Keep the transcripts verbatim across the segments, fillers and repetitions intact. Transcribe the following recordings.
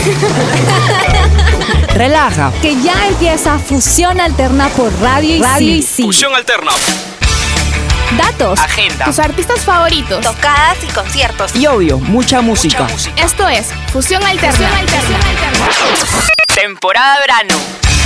Relaja. Que ya empieza Fusión Alterna por Radio y Radio y Sí. Fusión Alterna. Datos. Agenda. Tus artistas favoritos. Tocadas y conciertos. Y obvio, mucha música. Mucha música. Esto es Fusión Alterna. Fusión Alterna. Temporada verano.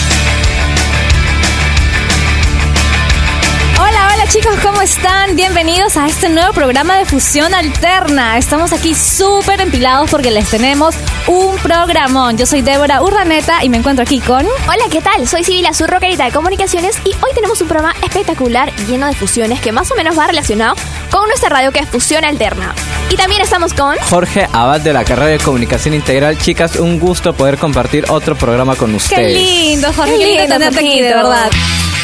Hola, hola chicos, ¿cómo están? Bienvenidos a este nuevo programa de Fusión Alterna. Estamos aquí súper empilados porque les tenemos un programón. Yo soy Débora Urdaneta y me encuentro aquí con... Hola, ¿qué tal? Soy Sibila, su rockerita de comunicaciones, y hoy tenemos un programa espectacular lleno de fusiones que más o menos va relacionado con nuestra radio, que es Fusión Alterna. Y también estamos con... Jorge Abad, de la carrera de Comunicación Integral. Chicas, un gusto poder compartir otro programa con ustedes. ¡Qué lindo, Jorge! Qué ¡Qué lindo lindo, tenerte aquí, de Jorgito. verdad!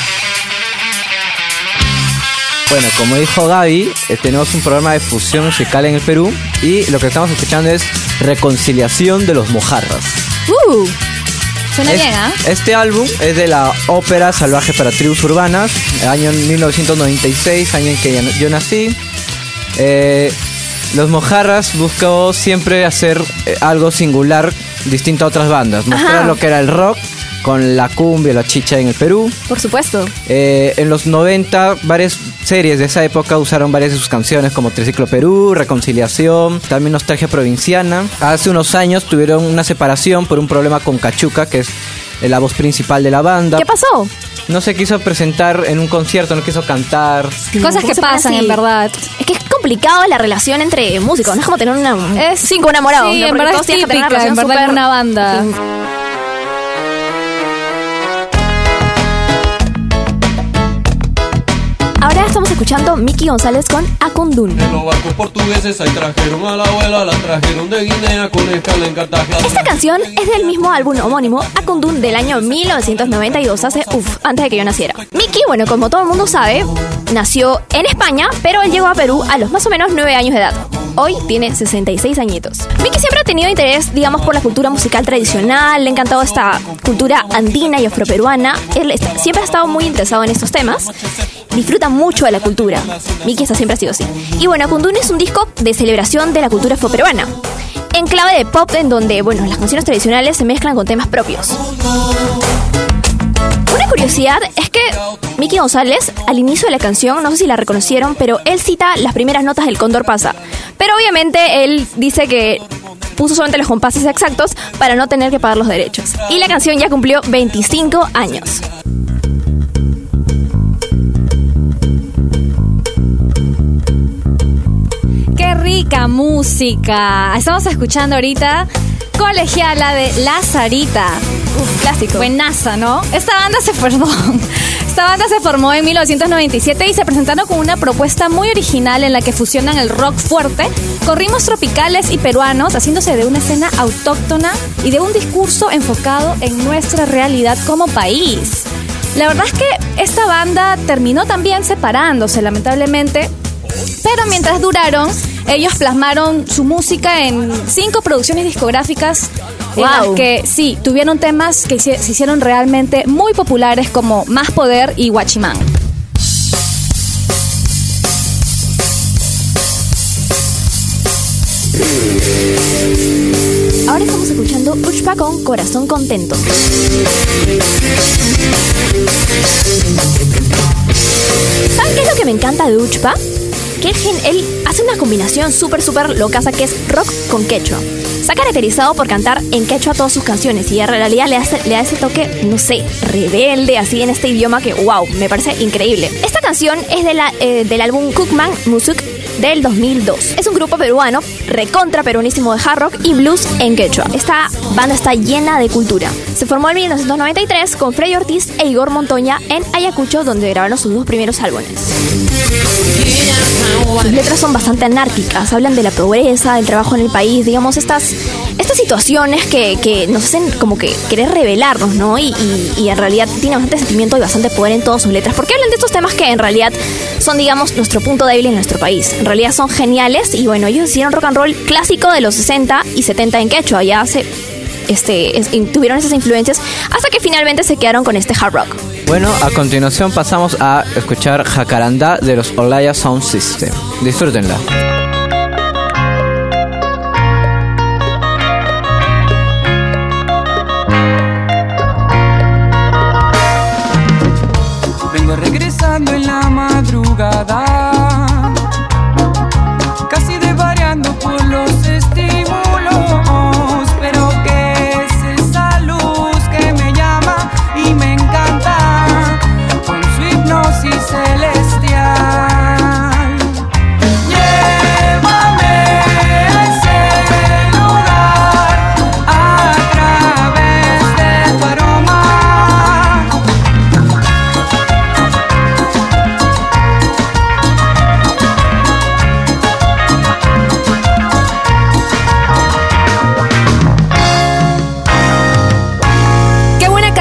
Bueno, como dijo Gaby, eh, tenemos un programa de fusión musical en el Perú y lo que estamos escuchando es Reconciliación de los Mojarras. ¡Uh! Suena Es- bien, ¿ah? Este álbum es de la ópera Salvaje para Tribus Urbanas, el año mil novecientos noventa y seis, año en que ya- yo nací. Eh, los Mojarras buscó siempre hacer eh, algo singular, distinto a otras bandas, mostrar Ajá. lo que era el rock con la cumbia, la chicha en el Perú. Por supuesto. Eh, en los noventa, varias series de esa época usaron varias de sus canciones, como Triciclo Perú, Reconciliación, también Nostalgia Provinciana. Hace unos años tuvieron una separación por un problema con Cachuca, que es eh, la voz principal de la banda. ¿Qué pasó? No se quiso presentar en un concierto, no quiso cantar. Cosas ¿Cómo que se pone pasan, así? en verdad. Es que es complicado la relación entre músicos, no es como tener una, Es- cinco enamorados. Sí, ¿no? en Porque verdad todos es tienen que tener típica, en relación verdad, en súper- una banda. Ahora estamos escuchando Miki González con Acundún. En los barcos portugueses ahí trajeron a la abuela, la trajeron de Guinea con escala en Cartagena. Esta canción es del mismo álbum homónimo, Acundún, del año mil novecientos noventa y dos, hace, uff, antes de que yo naciera. Miki, bueno, como todo el mundo sabe, nació en España, pero él llegó a Perú a los más o menos nueve años de edad. Hoy tiene sesenta y seis añitos. Miki siempre ha tenido interés, digamos, por la cultura musical tradicional, le ha encantado esta cultura andina y afroperuana. Él est- siempre ha estado muy interesado en estos temas. Disfruta mucho de la cultura. Miki esa siempre ha sido así. Y bueno, Acundún es un disco de celebración de la cultura afroperuana, en clave de pop, en donde, bueno, las canciones tradicionales se mezclan con temas propios. Una curiosidad es que Miki González, al inicio de la canción, no sé si la reconocieron, pero él cita las primeras notas del Cóndor Pasa. Pero obviamente él dice que puso solamente los compases exactos para no tener que pagar los derechos. Y la canción ya cumplió veinticinco años. ¡Qué rica música! Estamos escuchando ahorita Colegiala de La Sarita. Uf, clásico. Buenaza, ¿no? Esta banda se formó. Esta banda se formó en mil novecientos noventa y siete y se presentaron con una propuesta muy original en la que fusionan el rock fuerte con ritmos tropicales y peruanos, haciéndose de una escena autóctona y de un discurso enfocado en nuestra realidad como país. La verdad es que esta banda terminó también separándose, lamentablemente, pero mientras duraron, ellos plasmaron su música en cinco producciones discográficas en las Wow. que sí, tuvieron temas que se se hicieron realmente muy populares, como Más Poder y Guachimán. Ahora estamos escuchando Uchpa con Corazón Contento. ¿Saben qué es lo que me encanta de Uchpa? Que él, gen- él hace una combinación súper, súper locaza, que es rock con quechua. Se ha caracterizado por cantar en quechua todas sus canciones y en realidad le, hace, le da ese toque, no sé, rebelde, así en este idioma que, wow, me parece increíble. Esta canción es de la, eh, del álbum Cookman Musuk del dos mil dos. Es un grupo peruano, recontra peruanísimo de hard rock y blues en quechua. Esta banda está llena de cultura. Se formó en mil novecientos noventa y tres con Freddy Ortiz e Igor Montoya en Ayacucho, donde grabaron sus dos primeros álbumes. Sus letras son bastante anárquicas, hablan de la pobreza, del trabajo en el país, digamos, estas, estas situaciones que, que nos hacen como que querer rebelarnos, ¿no? Y, y, y en realidad tiene bastante sentimiento y bastante poder en todas sus letras, porque hablan de estos temas que en realidad son, digamos, nuestro punto débil en nuestro país. En realidad son geniales y bueno, ellos hicieron rock and roll clásico de los sesenta y setenta en quechua, ya hace... Este, es, tuvieron esas influencias hasta que finalmente se quedaron con este hard rock. Bueno, a continuación pasamos a escuchar Jacarandá de los Olaya Sound System. Disfrútenla.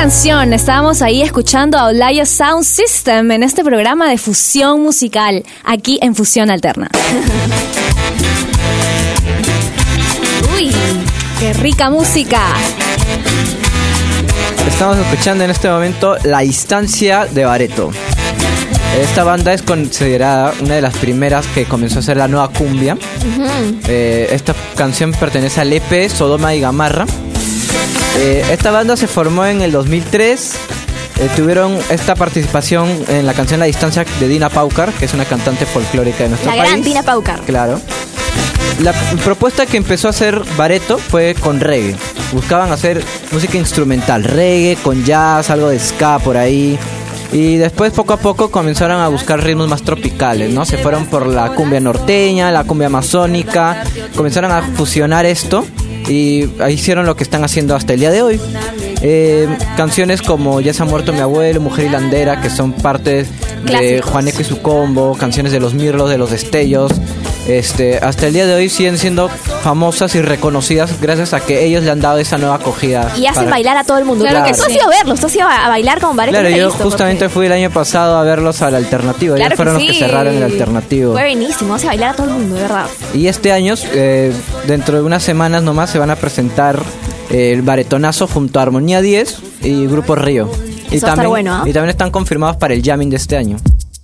canción. Estábamos ahí escuchando a Olaya Sound System en este programa de fusión musical, aquí en Fusión Alterna. Uy, qué rica música. Estamos escuchando en este momento La Distancia de Bareto. Esta banda es considerada una de las primeras que comenzó a hacer la nueva cumbia. Uh-huh. eh, esta canción pertenece al E P Sodoma y Gamarra. Eh, esta banda se formó en el dos mil tres. Eh, tuvieron esta participación en la canción La Distancia de Dina Paucar, que es una cantante folclórica de nuestro la país. La gran Dina Paucar. Claro. La propuesta que empezó a hacer Bareto fue con reggae. Buscaban hacer música instrumental, reggae, con jazz, algo de ska por ahí. Y después poco a poco comenzaron a buscar ritmos más tropicales, ¿no? Se fueron por la cumbia norteña, la cumbia amazónica. Comenzaron a fusionar esto y hicieron lo que están haciendo hasta el día de hoy. Eh, canciones como Ya se ha muerto mi abuelo, Mujer hilandera, que son parte de Juaneco y su combo, canciones de los Mirlos, de los Destellos. Este, hasta el día de hoy siguen siendo famosas y reconocidas gracias a que ellos le han dado esa nueva acogida. Y hacen para... bailar a todo el mundo. Claro, claro. Tú has ido a verlos, tú has ido a bailar con Bareto. Claro, yo visto, justamente porque... fui el año pasado a verlos al Alternativo. Claro Ellos fueron que los sí. que cerraron el Alternativo. Fue buenísimo, hace bailar a todo el mundo, de verdad. Y este año, eh, dentro de unas semanas nomás, se van a presentar eh, el Baretonazo junto a Armonía diez y Grupo Río. Eso y va a estar bueno, ¿eh? Y también están confirmados para el jamming de este año.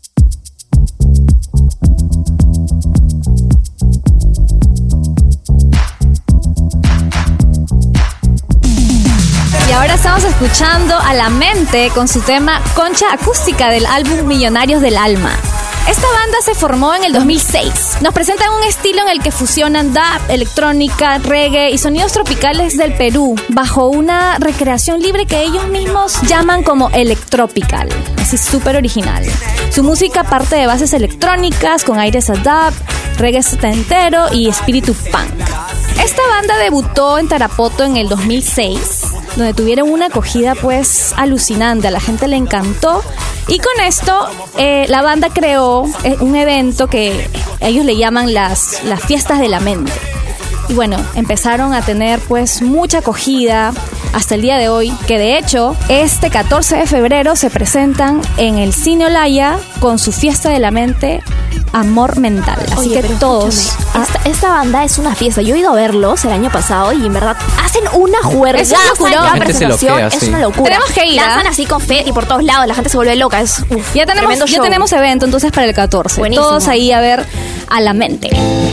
Y ahora estamos escuchando a La Mente con su tema Concha Acústica del álbum Millonarios del Alma. Esta banda se formó en el dos mil seis. Nos presentan un estilo en el que fusionan dub, electrónica, reggae y sonidos tropicales del Perú bajo una recreación libre que ellos mismos llaman como electropical. Así súper original. Su música parte de bases electrónicas con aires a dub, reggae setentero y espíritu punk. Esta banda debutó en Tarapoto en el dos mil seis, donde tuvieron una acogida pues alucinante, a la gente le encantó y con esto eh, la banda creó eh, un evento que ellos le llaman las, las fiestas de la mente. Y bueno, empezaron a tener pues mucha acogida hasta el día de hoy, que de hecho este catorce de febrero se presentan en el Cine Olaya con su fiesta de la mente Amor Mental. Así Oye, que todos... Esta, esta banda es una fiesta. Yo he ido a verlos el año pasado y en verdad hacen una juerga. Es un locurón. Cada La gente se presentación loquea, es sí. una locura. Tenemos que ir, Lanzan ¿ah? así confeti por todos lados. La gente se vuelve loca. Es uf, Ya tenemos, tremendo ya show. tenemos evento entonces para el catorce. Buenísimo. Todos ahí a ver a La Mente.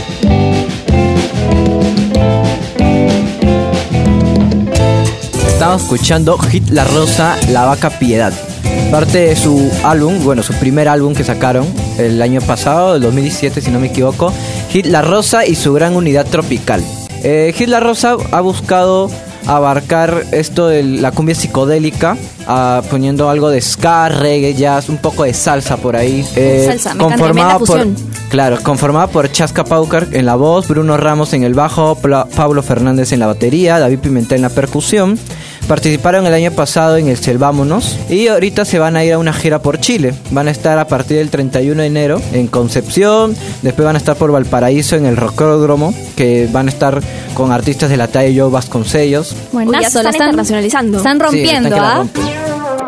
Estamos escuchando Hit La Rosa, La Vaca Piedad. Parte de su álbum, bueno, su primer álbum que sacaron el año pasado, el dos mil diecisiete si no me equivoco, Hit La Rosa y su gran unidad tropical. Eh, Hit La Rosa ha buscado abarcar esto de la cumbia psicodélica, uh, poniendo algo de ska, reggae, jazz, un poco de salsa por ahí. Eh, salsa, me encanta, tremenda por, fusión. claro, conformada por Chasca Paucar en la voz, Bruno Ramos en el bajo, Pla- Pablo Fernández en la batería, David Pimentel en la percusión. Participaron el año pasado en el Selvámonos y ahorita se van a ir a una gira por Chile. Van a estar a partir del treinta y uno de enero en Concepción, después van a estar por Valparaíso en el Rocódromo, que van a estar con artistas de la talla de Joe Vasconcellos. Buenazo, Uy, ya se la están internacionalizando. Están rompiendo, Sí, están que la ¿ah? rompen.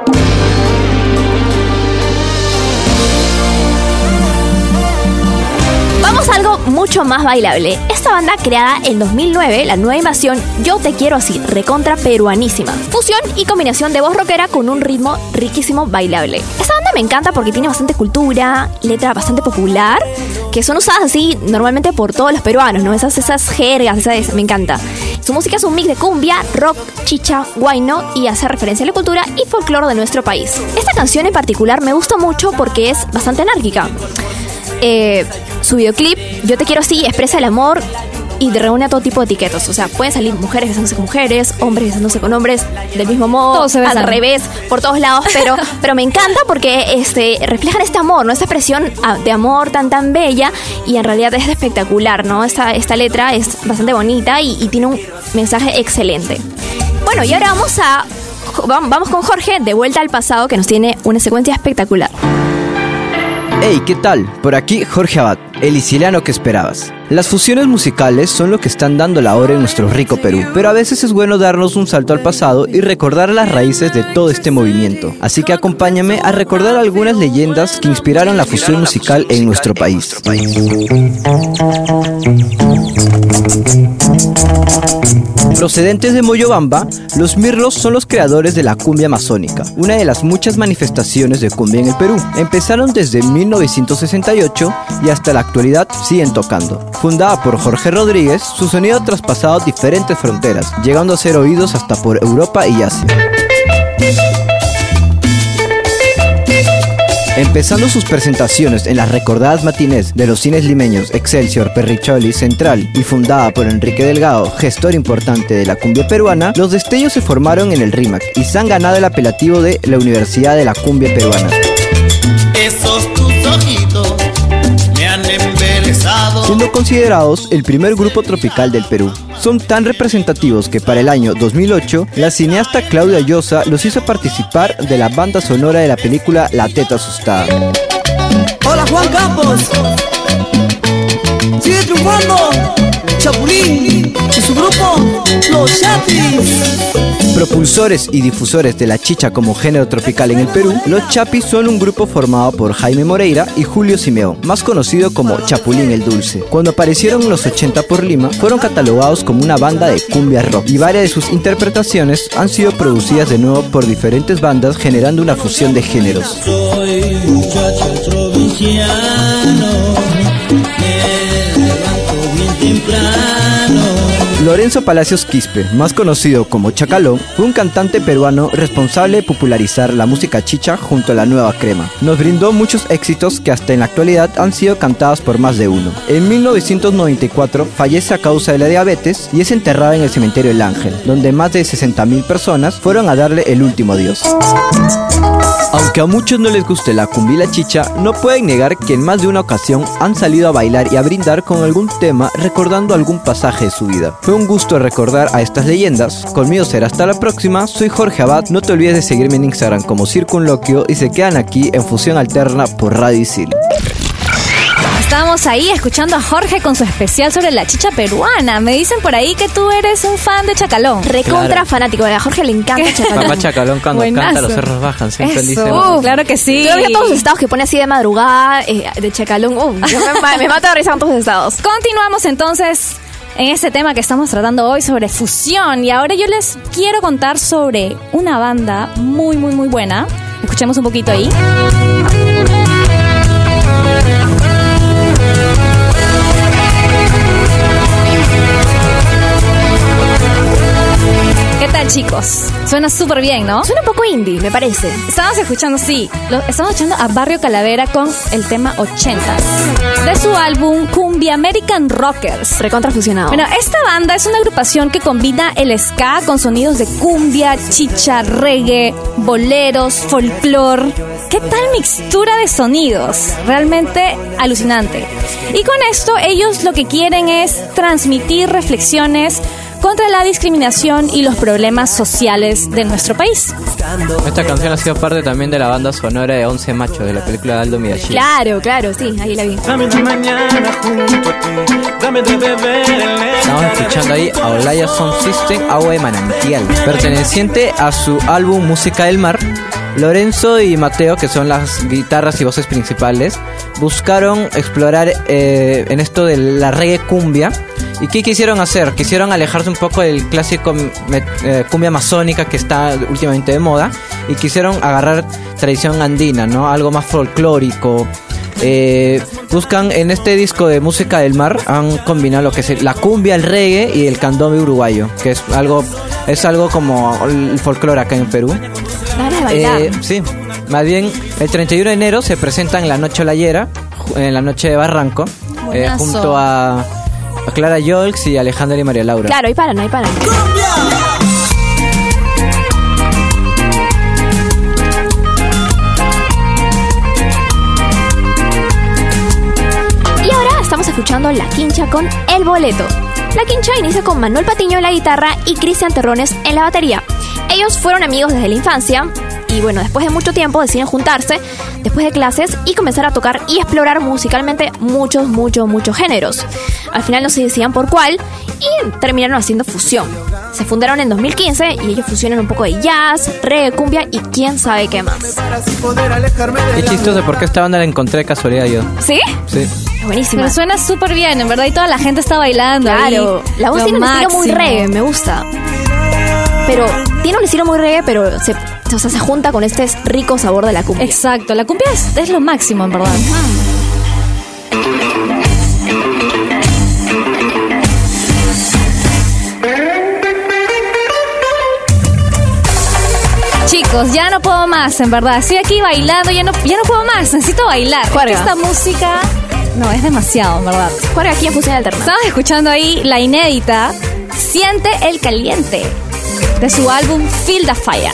Vamos a algo mucho más bailable. Esta banda creada en dos mil nueve, la nueva invasión Yo Te Quiero Así, recontra peruanísima. Fusión y combinación de voz rockera con un ritmo riquísimo bailable. Esta banda me encanta porque tiene bastante cultura, letra bastante popular, que son usadas así normalmente por todos los peruanos, ¿no? Esas, esas jergas, esas, me encanta. Su música es un mix de cumbia, rock, chicha, guayno y hace referencia a la cultura y folclore de nuestro país. Esta canción en particular me gusta mucho porque es bastante anárquica. Eh, su videoclip, Yo Te Quiero Así, expresa el amor y reúne a todo tipo de etiquetas. O sea, pueden salir mujeres besándose con mujeres, hombres besándose con hombres, del mismo modo, Todos se besan. al revés, por todos lados. Pero, pero me encanta porque este, reflejan este amor, ¿no? Esta expresión de amor tan tan bella y en realidad es espectacular, ¿no? Esta, esta letra es bastante bonita y, y tiene un mensaje excelente. Bueno, y ahora vamos a vamos con Jorge, de vuelta al pasado, que nos tiene una secuencia espectacular. Hey, ¿qué tal? Por aquí Jorge Abad, el isiliano que esperabas. Las fusiones musicales son lo que están dando la hora en nuestro rico Perú, pero a veces es bueno darnos un salto al pasado y recordar las raíces de todo este movimiento. Así que acompáñame a recordar algunas leyendas que inspiraron la fusión musical en nuestro país. Procedentes de Moyobamba, los Mirlos son los creadores de la cumbia amazónica, una de las muchas manifestaciones de cumbia en el Perú. Empezaron desde mil novecientos sesenta y ocho y hasta la actualidad siguen tocando. Fundada por Jorge Rodríguez, su sonido ha traspasado diferentes fronteras, llegando a ser oídos hasta por Europa y Asia. Empezando sus presentaciones en las recordadas matinés de los cines limeños Excelsior, Perricholi, Central y fundada por Enrique Delgado, gestor importante de la cumbia peruana, los destellos se formaron en el RIMAC y se han ganado el apelativo de la Universidad de la Cumbia Peruana. Esos tus ojitos me han embelesado. Siendo considerados el primer grupo tropical del Perú. Son tan representativos que para el año dos mil ocho, la cineasta Claudia Llosa los hizo participar de la banda sonora de la película La Teta Asustada. Hola Juan Campos, sigue triunfando Chapulín y su grupo Los Chapis. Propulsores y difusores de la chicha como género tropical en el Perú, los Chapis son un grupo formado por Jaime Moreira y Julio Simeón, más conocido como Chapulín el Dulce. Cuando aparecieron en los ochenta por Lima, fueron catalogados como una banda de cumbia rock y varias de sus interpretaciones han sido producidas de nuevo por diferentes bandas, generando una fusión de géneros. Soy un muchacho provinciano, me levanto bien temprano. Lorenzo Palacios Quispe, más conocido como Chacalón, fue un cantante peruano responsable de popularizar la música chicha junto a la nueva crema. Nos brindó muchos éxitos que hasta en la actualidad han sido cantados por más de uno. En mil novecientos noventa y cuatro fallece a causa de la diabetes y es enterrado en el cementerio El Ángel, donde más de sesenta mil personas fueron a darle el último adiós. Aunque a muchos no les guste la cumbia y la chicha, no pueden negar que en más de una ocasión han salido a bailar y a brindar con algún tema recordando algún pasaje de su vida. Fue un gusto recordar a estas leyendas. Conmigo será hasta la próxima. Soy Jorge Abad. No te olvides de seguirme en Instagram como Circunloquio y se quedan aquí en Fusión Alterna por Radio Isil. Estábamos ahí escuchando a Jorge con su especial sobre la chicha peruana. Me dicen por ahí que tú eres un fan de Chacalón. Recontra Claro. fanático, a Jorge le encanta Chacalón. Papá Chacalón cuando Buenazo. canta los cerros bajan, siempre Eso, dice. uh, claro que sí. Yo veo todos los estados que pone así de madrugada, eh, de Chacalón. Uh, yo me, me mata de risa con todos los estados. Continuamos entonces en este tema que estamos tratando hoy sobre fusión. Y ahora yo les quiero contar sobre una banda muy, muy, muy buena. Escuchemos un poquito ahí. ¿Qué tal, chicos? Suena súper bien, ¿no? Suena un poco indie, me parece. Estamos escuchando, sí, lo, estamos escuchando a Barrio Calavera con el tema ochentas de su álbum Cumbia American Rockers. Recontra fusionado. Bueno, esta banda es una agrupación que combina el ska con sonidos de cumbia, chicha, reggae, boleros, folclore. ¿Qué tal mixtura de sonidos? Realmente alucinante. Y con esto ellos lo que quieren es transmitir reflexiones contra la discriminación y los problemas sociales de nuestro país. Esta canción ha sido parte también de la banda sonora de Once Machos, de la película de Aldo Miyashi. Claro, claro, sí, ahí la vi. Estamos escuchando ahí a Olaya Sound System, Agua de Manantial, perteneciente a su álbum Música del Mar. Lorenzo y Mateo, que son las guitarras y voces principales, buscaron explorar eh, en esto de la reggae cumbia. ¿Y qué quisieron hacer? Quisieron alejarse un poco del clásico me, eh, cumbia amazónica que está últimamente de moda y quisieron agarrar tradición andina, ¿no? Algo más folclórico. Eh, buscan en este disco de Música del Mar, han combinado lo que es la cumbia, el reggae y el candombe uruguayo, que es algo es algo como el folclore acá en Perú. Ganas de bailar. Eh, sí, más bien el treinta y uno de enero se presentan en la Noche Olayera, en la Noche de Barranco, eh, Buenazo. junto a, a Clara Yolks y Alejandra y María Laura. Claro, ahí paran, ahí paran. Y ahora estamos escuchando La Quincha con El Boleto. La Quincha inicia con Manuel Patiño en la guitarra y Cristian Terrones en la batería. Ellos fueron amigos desde la infancia y bueno, después de mucho tiempo deciden juntarse después de clases y comenzar a tocar y explorar musicalmente muchos, muchos, muchos géneros. Al final no se decían por cuál y terminaron haciendo fusión. Se fundaron en dos mil quince y ellos fusionan un poco de jazz, reggae, cumbia y quién sabe qué más. Qué chistoso, porque esta banda la encontré de casualidad yo. ¿Sí? Sí. Es buenísima. Pero suena súper bien, en verdad, y toda la gente está bailando. Claro, ahí. la voz Lo tiene un estilo muy máximo. reggae, me gusta. Pero tiene un estilo muy reggae, pero se, o sea, se junta con este rico sabor de la cumbia. Exacto, la cumbia es, es lo máximo, en verdad. Chicos, ya no puedo más, en verdad. Estoy aquí bailando, ya no, ya no puedo más, necesito bailar. Juerga. Esta música, no, es demasiado, en verdad. Juega aquí en Fusión Alterna. Estamos escuchando ahí la inédita Siente el Caliente, de su álbum Feel the Fire.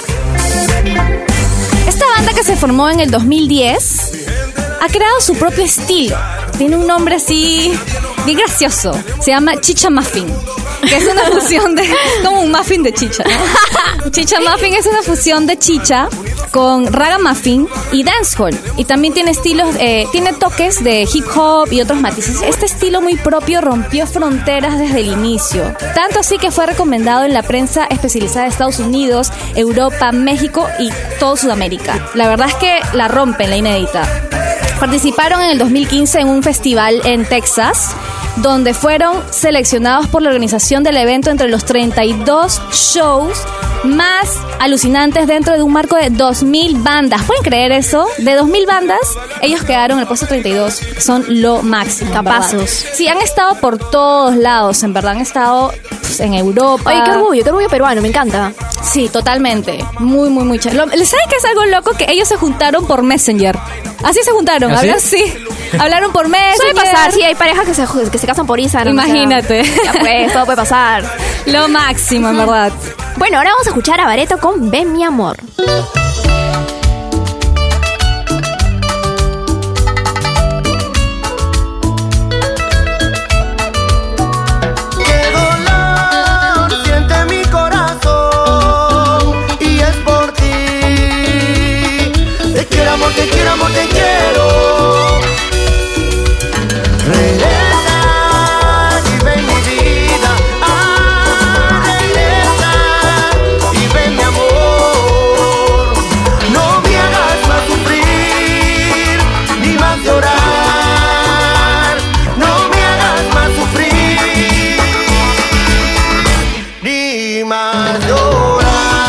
Esta banda, que se formó en el dos mil diez, ha creado su propio estilo. Tiene un nombre así bien gracioso. Se llama Chicha Muffin, que es una fusión de... como un muffin de chicha, ¿no? Chicha Muffin es una fusión de chicha con ragamuffin y dancehall. Y también tiene estilos, eh, tiene toques de hip hop y otros matices. Este estilo muy propio rompió fronteras desde el inicio. Tanto así que fue recomendado en la prensa especializada de Estados Unidos, Europa, México y todo Sudamérica. La verdad es que la rompen, la inédita. Participaron en el dos mil quince en un festival en Texas, donde fueron seleccionados por la organización del evento entre los treinta y dos shows más alucinantes dentro de un marco de dos mil bandas. ¿Pueden creer eso? De dos mil bandas, ellos quedaron en el puesto treinta y dos. Son lo máximo. Capazos. Sí, han estado por todos lados, en verdad. Han estado pues, en Europa. Oye, qué orgullo, qué orgullo peruano, me encanta. Sí, totalmente. Muy, muy, muy chévere. ¿Les saben que es algo loco? Que ellos se juntaron por Messenger. Así se juntaron. ¿Ah, sí? Hablan, sí. Hablaron por Messenger. Suele pasar, sí, hay parejas que se, que se casan por Instagram. Imagínate. O sea, ya pues, todo puede pasar. Lo máximo, en verdad. Bueno, ahora vamos a escuchar a Bareto con Ven mi amor. Qué dolor siente mi corazón y es por ti. Te quiero amor, te quiero amor, te quiero. Regresa y ven mi vida. Ah, regresa y ven mi amor. No me hagas más sufrir ni más llorar. No me hagas más sufrir ni más llorar.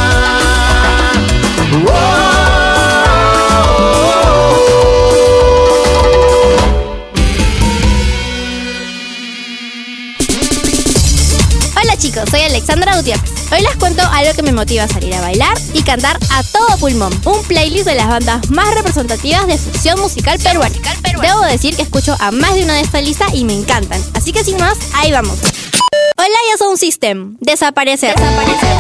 Hola chicos, soy Alexandra Gutiérrez. Hoy les cuento algo que me motiva a salir a bailar y cantar a todo pulmón. Un playlist de las bandas más representativas de fusión musical peruana. Debo decir que escucho a más de una de esta lista y me encantan. Así que sin más, ahí vamos. Hola, yo soy un System. Desaparecer. Desaparecer.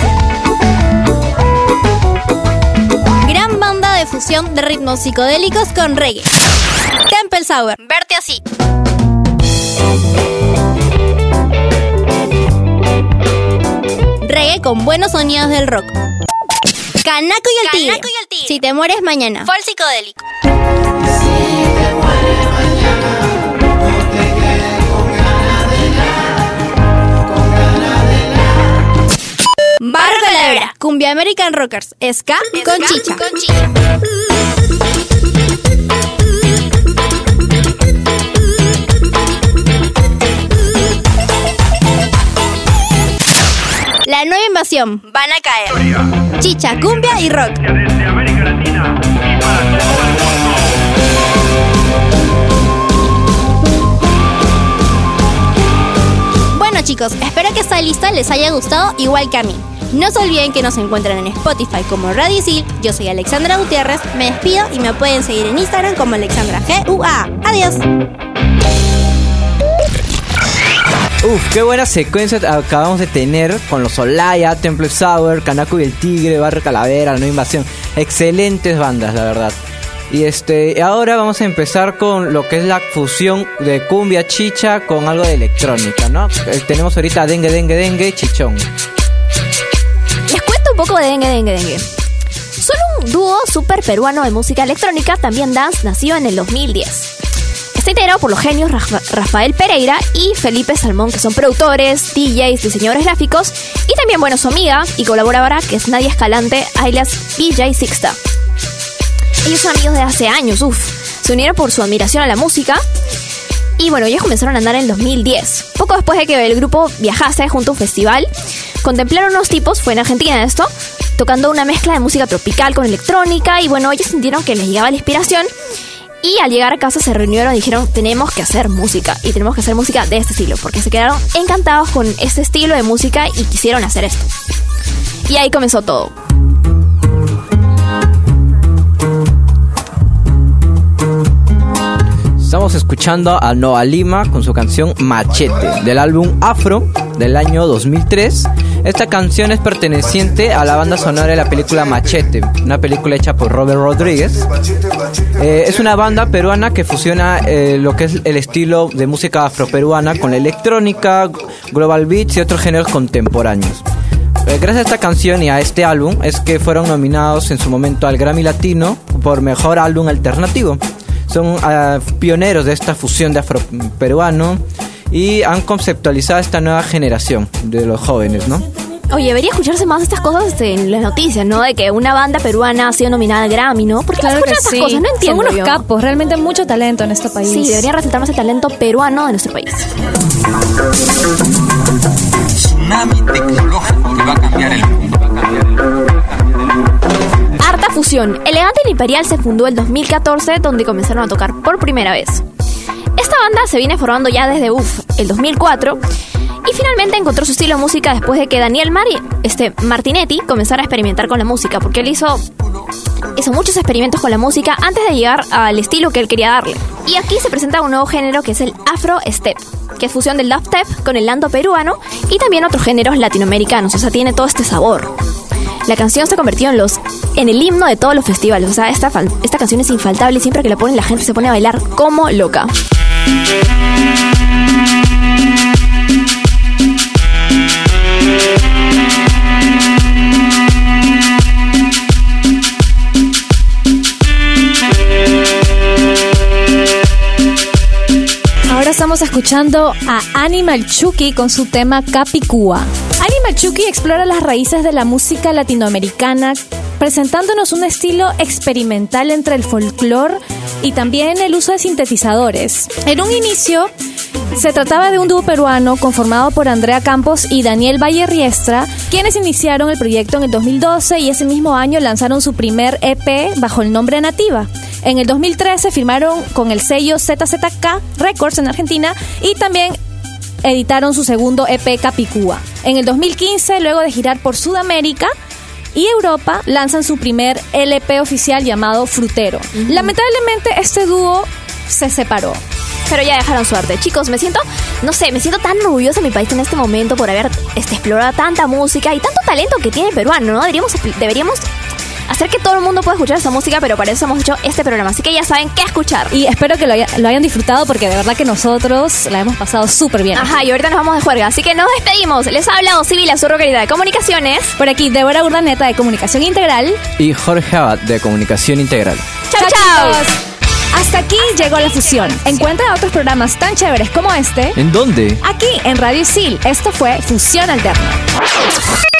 Gran banda de fusión de ritmos psicodélicos con reggae. Temple Sour. Verte así. Reggae con buenos sonidos del rock. Canaco y el Tigre. Canaco y el Tigre. Si te mueres mañana. Folk psicodélico. Barro Calavera. Cumbia American Rockers. Ska con chicha. Con chicha. La nueva invasión. Van a caer. Chicha, cumbia y rock. Desde América Latina y para todo el mundo. Bueno chicos, espero que esta lista les haya gustado igual que a mí. No se olviden que nos encuentran en Spotify como Radio Isil. Yo soy Alexandra Gutiérrez, me despido y me pueden seguir en Instagram como Alexandra G U A. Adiós. Uf, qué buena secuencia acabamos de tener con los Olaya, Temple Sour, Canaco y el Tigre, Barrio Calavera, La Nueva Invasión. Excelentes bandas, la verdad. Y este, ahora vamos a empezar con lo que es la fusión de cumbia chicha con algo de electrónica, ¿no? Eh, tenemos ahorita Dengue, Dengue, Dengue, Chichón. Les cuento un poco de Dengue, Dengue, Dengue. Son un dúo súper peruano de música electrónica, también dance, nacido en el dos mil diez. Está integrado por los genios Rafa- Rafael Pereira y Felipe Salmón, que son productores, D Js, diseñadores gráficos, y también, bueno, su amiga y colaboradora, que es Nadia Escalante, alias P J Sixta. Ellos son amigos de hace años, uff. Se unieron por su admiración a la música. Y bueno, ellos comenzaron a andar en el dos mil diez. Poco después de que el grupo viajase junto a un festival, contemplaron unos tipos, fue en Argentina esto, tocando una mezcla de música tropical con electrónica. Y bueno, ellos sintieron que les llegaba la inspiración. Y al llegar a casa se reunieron y dijeron, tenemos que hacer música. Y tenemos que hacer música de este estilo. Porque se quedaron encantados con este estilo de música y quisieron hacer esto. Y ahí comenzó todo. Estamos escuchando a Noa Lima con su canción Machete, del álbum Afro del año dos mil tres. Esta canción es perteneciente a la banda sonora de la película Machete, una película hecha por Robert Rodríguez. Eh, es una banda peruana que fusiona eh, lo que es el estilo de música afroperuana con la electrónica, global beats y otros géneros contemporáneos. Eh, gracias a esta canción y a este álbum es que fueron nominados en su momento al Grammy Latino por Mejor Álbum Alternativo. Son uh, pioneros de esta fusión de afroperuano y han conceptualizado esta nueva generación de los jóvenes, ¿no? Oye, debería escucharse más estas cosas en las noticias, ¿no? De que una banda peruana ha sido nominada al Grammy, ¿no? Porque Claro no que escuchan sí. estas cosas, no entiendo Son unos yo. capos, realmente mucho talento en este país. Sí, debería resaltar más el talento peruano de nuestro país. Tsunami tecnológico que va a cambiar el mundo. Arta Fusión. Elegante y Imperial se fundó el dos mil catorce, donde comenzaron a tocar por primera vez. Esta banda se viene formando ya desde uff, el dos mil cuatro, y finalmente encontró su estilo de música después de que Daniel Mari, este, Martinetti comenzara a experimentar con la música, porque él hizo, hizo muchos experimentos con la música antes de llegar al estilo que él quería darle. Y aquí se presenta un nuevo género que es el Afro Step, que es fusión del dubstep con el lando peruano y también otros géneros latinoamericanos, o sea, tiene todo este sabor. La canción se ha convertido en los en el himno de todos los festivales. O sea, esta, esta canción es infaltable y siempre que la ponen la gente se pone a bailar como loca. Ahora estamos escuchando a Animal Chucky con su tema Capicúa. Animal Chucky explora las raíces de la música latinoamericana, presentándonos un estilo experimental entre el folclore y también el uso de sintetizadores. En un inicio, se trataba de un dúo peruano conformado por Andrea Campos y Daniel Valle Riestra, quienes iniciaron el proyecto en el dos mil doce y ese mismo año lanzaron su primer E P bajo el nombre Nativa. En el dos mil trece firmaron con el sello Z Z K Records en Argentina y también editaron su segundo E P Capicúa. En el dos mil quince, luego de girar por Sudamérica y Europa, lanzan su primer L P oficial llamado Frutero. Uh-huh. Lamentablemente este dúo se separó. Pero ya dejaron suerte. Chicos, me siento, no sé, me siento tan orgullosa de mi país en este momento por haber este, explorado tanta música y tanto talento que tiene el peruano, ¿no? Deberíamos, deberíamos hacer que todo el mundo pueda escuchar esa música, pero para eso hemos hecho este programa. Así que ya saben qué escuchar. Y espero que lo, haya, lo hayan disfrutado porque de verdad que nosotros la hemos pasado súper bien. Ajá, y ahorita nos vamos de juerga. Así que nos despedimos. Les ha hablado Sibila, su querida de Comunicaciones. Por aquí, Débora Urdaneta de Comunicación Integral. Y Jorge Abad de Comunicación Integral. ¡Chao, chao! Hasta aquí llegó La Fusión. Encuentra otros programas tan chéveres como este. ¿En dónde? Aquí en Radio Isil. Esto fue Fusión Alterna.